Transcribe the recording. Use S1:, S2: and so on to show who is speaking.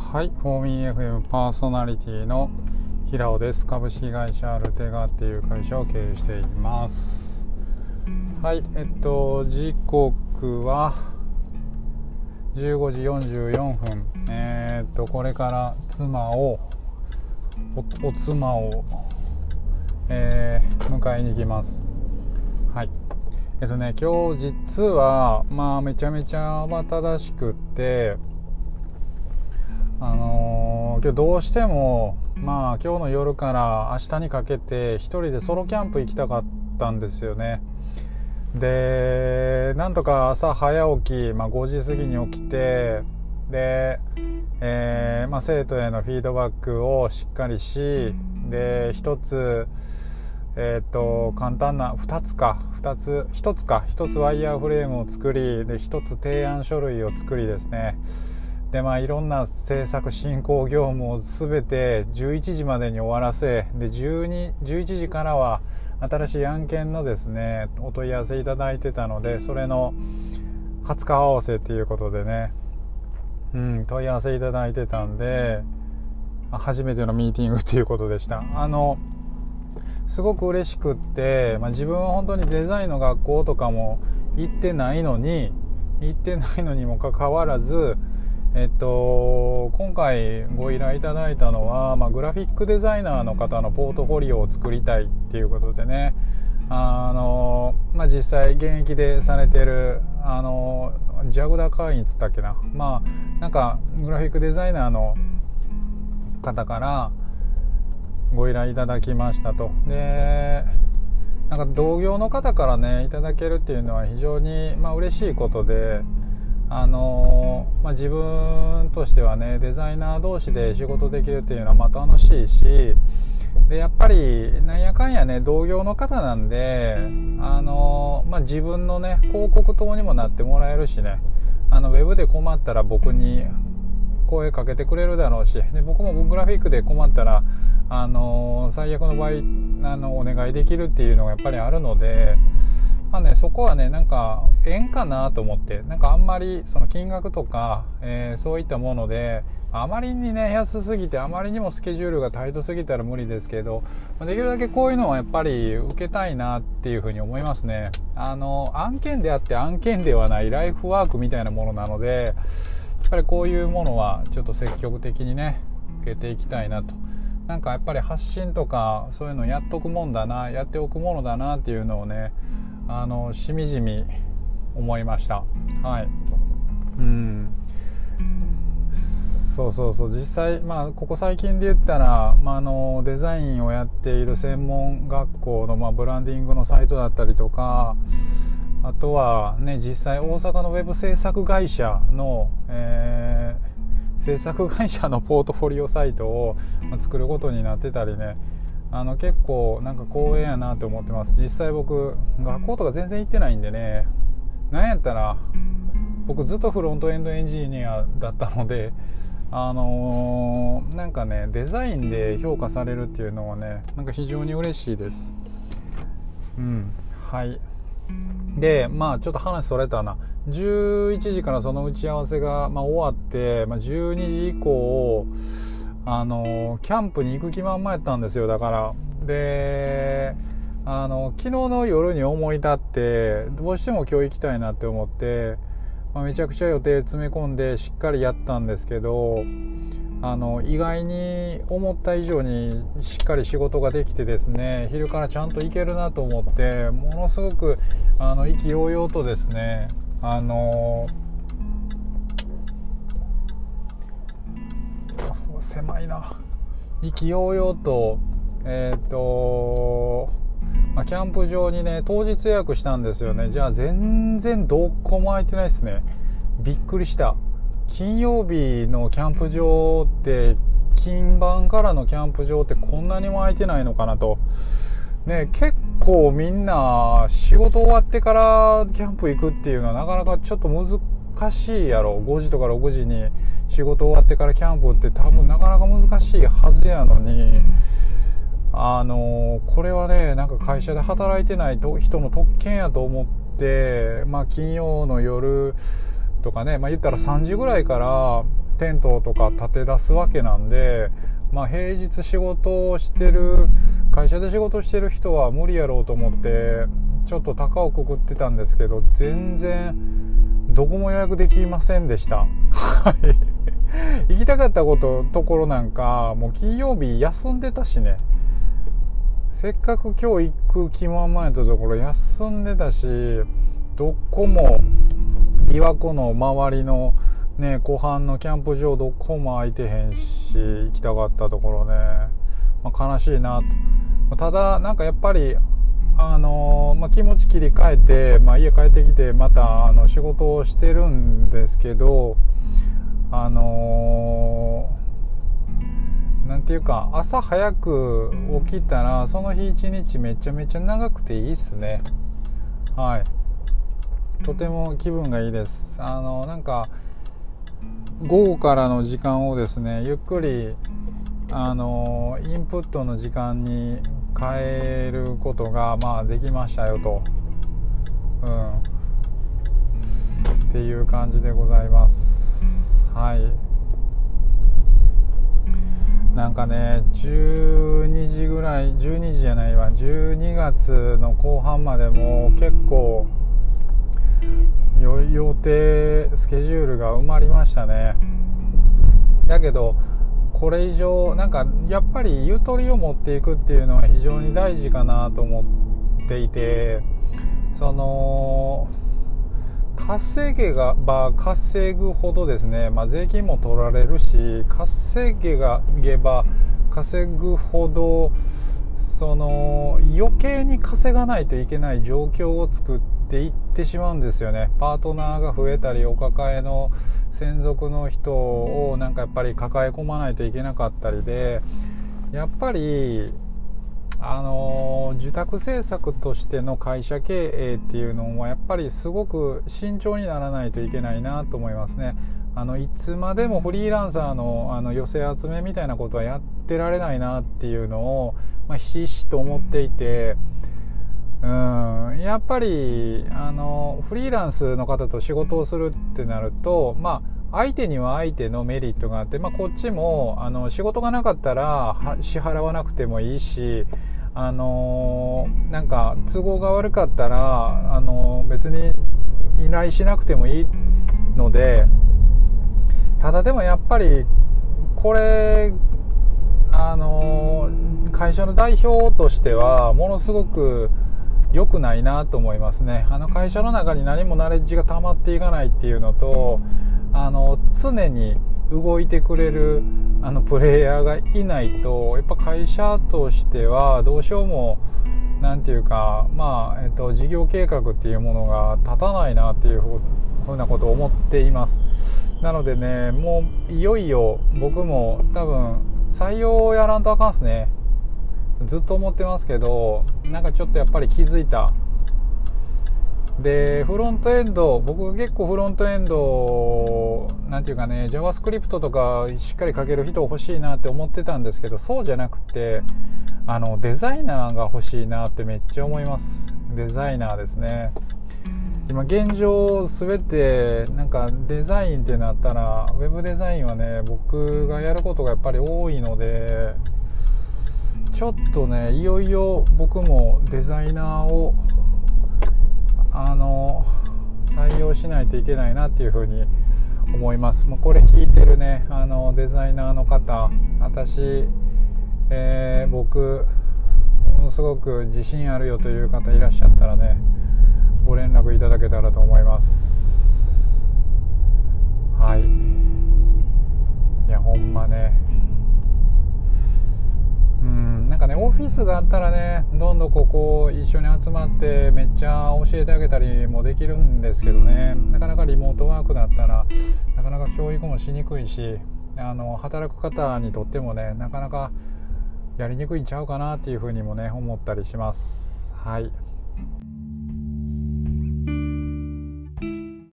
S1: はい、フォーミー FM パーソナリティの平尾です。株式会社アルテガっていう会社を経営しています。はい、時刻は15時44分。これからお妻を、迎えに行きます。はい。今日実はめちゃめちゃ慌ただしくって今日どうしても今日の夜から明日にかけて一人でソロキャンプ行きたかったんですよね。でなんとか朝早起き、5時過ぎに起きてで、生徒へのフィードバックをしっかりしで一つ簡単な1つワイヤーフレームを作りで1つ提案書類を作りですね。でいろんな制作進行業務を全て11時までに終わらせで11時からは新しい案件のですねお問い合わせいただいてたのでそれの20日合わせっていうことでね、問い合わせいただいてたんで初めてのミーティングということでした。すごく嬉しくって、自分は本当にデザインの学校とかも行ってないのにもかかわらず今回ご依頼いただいたのは、グラフィックデザイナーの方のポートフォリオを作りたいっていうことでね実際現役でされてるジャグダ会員つったっけななんかグラフィックデザイナーの方からご依頼いただきましたと。でなんか同業の方からねいただけるっていうのは非常に嬉しいことで自分としてはねデザイナー同士で仕事できるっていうのは楽しいしでやっぱりなんやかんやね同業の方なんで自分のね広告塔にもなってもらえるしねウェブで困ったら僕に声かけてくれるだろうしで僕もグラフィックで困ったら最悪の場合お願いできるっていうのがやっぱりあるのでそこはねなんか縁かなと思ってあんまりその金額とか、そういったものであまりにね安すぎてあまりにもスケジュールがタイトすぎたら無理ですけどできるだけこういうのはやっぱり受けたいなっていうふうに思いますね。案件であって案件ではないライフワークみたいなものなのでやっぱりこういうものはちょっと積極的にね受けていきたいなと。やっぱり発信とかそういうのやっておくものだなっていうのをねしみじみ思いました。はい。そう実際ここ最近で言ったら、デザインをやっている専門学校の、ブランディングのサイトだったりとかあとはね実際大阪のウェブ制作会社の、制作会社のポートフォリオサイトを作ることになってたりね結構光栄やなと思ってます。実際僕学校とか全然行ってないんでねなんやったら僕ずっとフロントエンドエンジニアだったのでデザインで評価されるっていうのはね非常に嬉しいです。はいでちょっと話それたな。11時からその打ち合わせが、終わって、12時以降キャンプに行く気満々やったんですよ。だからで昨日の夜に思い立ってどうしても今日行きたいなって思って、めちゃくちゃ予定詰め込んでしっかりやったんですけど意外に思った以上にしっかり仕事ができてですね昼からちゃんと行けるなと思ってものすごく意気揚々とですね狭いな意気揚々とキャンプ場にね当日予約したんですよね。じゃあ全然どこも空いてないですね。びっくりした。金曜日のキャンプ場って金盤からのキャンプ場ってこんなにも空いてないのかなとね。結構みんな仕事終わってからキャンプ行くっていうのはなかなかちょっと難しいやろ。5時とか6時に仕事終わってからキャンプって多分なかなか難しいはずやのにこれはね会社で働いてない人の特権やと思って金曜の夜とかね言ったら3時ぐらいからテントとか立て出すわけなんで、平日仕事をしてる会社で仕事してる人は無理やろうと思ってちょっと高をくくってたんですけど、全然どこも予約できませんでした行きたかったところなんかもう金曜日休んでたしね、せっかく今日行く気満々やったところ休んでたし、どこも琵琶湖の周りのね湖畔のキャンプ場どこも空いてへんし、行きたかったところね、悲しいなと。ただなんかやっぱり気持ち切り替えて、家帰ってきてまた仕事をしてるんですけど、なんていうか朝早く起きたらその日一日めちゃめちゃ長くていいっすね。はい、とても気分がいいです。なんか午後からの時間をですねゆっくりインプットの時間に変えることができましたよと、っていう感じでございます。はい、なんかね12時ぐらい、12時じゃないわ、12月の後半までも結構予定スケジュールが埋まりましたね。だけどこれ以上なんかやっぱりゆとりを持っていくっていうのは非常に大事かなと思っていて、稼げば稼ぐほどですね、税金も取られるし、稼げば稼ぐほど余計に稼がないといけない状況を作っていってしまうんですよね。パートナーが増えたり、お抱えの専属の人をなんかやっぱり抱え込まないといけなかったりで、やっぱり受託政策としての会社経営っていうのはやっぱりすごく慎重にならないといけないなと思いますね。いつまでもフリーランサーの寄せ集めみたいなことはやってられないなっていうのを、ひしひしと思っていて、やっぱりフリーランスの方と仕事をするってなると、相手には相手のメリットがあって、こっちも仕事がなかったら支払わなくてもいいし、なんか都合が悪かったら別に依頼しなくてもいいので、ただでもやっぱりこれ会社の代表としてはものすごく良くないなと思いますね。会社の中に何もナレッジが溜まっていかないっていうのと、常に動いてくれるプレイヤーがいないと、やっぱ会社としてはどうしようもなんていうか、事業計画っていうものが立たないなっていうふうなことを思っています。なのでね、もういよいよ僕も多分採用をやらんとあかんっすね。ずっと思ってますけど、なんかちょっとやっぱり気づいた。でフロントエンド、僕が結構フロントエンドなんていうかね JavaScript とかしっかり書ける人欲しいなって思ってたんですけど、そうじゃなくてデザイナーが欲しいなってめっちゃ思います。デザイナーですね。今現状全てなんかデザインってなったらウェブデザインはね僕がやることがやっぱり多いので、ちょっとねいよいよ僕もデザイナーを採用しないといけないなっていうふうに思います。これ聞いてるねデザイナーの方、私、僕ものすごく自信あるよという方いらっしゃったらねご連絡いただけたらと思います。はい、いやほんまね、なんかねオフィスがあったらねどんどんここ一緒に集まってめっちゃ教えてあげたりもできるんですけどね、なかなかリモートワークだったらなかなか教育もしにくいし、働く方にとってもねなかなかやりにくいんちゃうかなっていうふうにもね思ったりします。はい。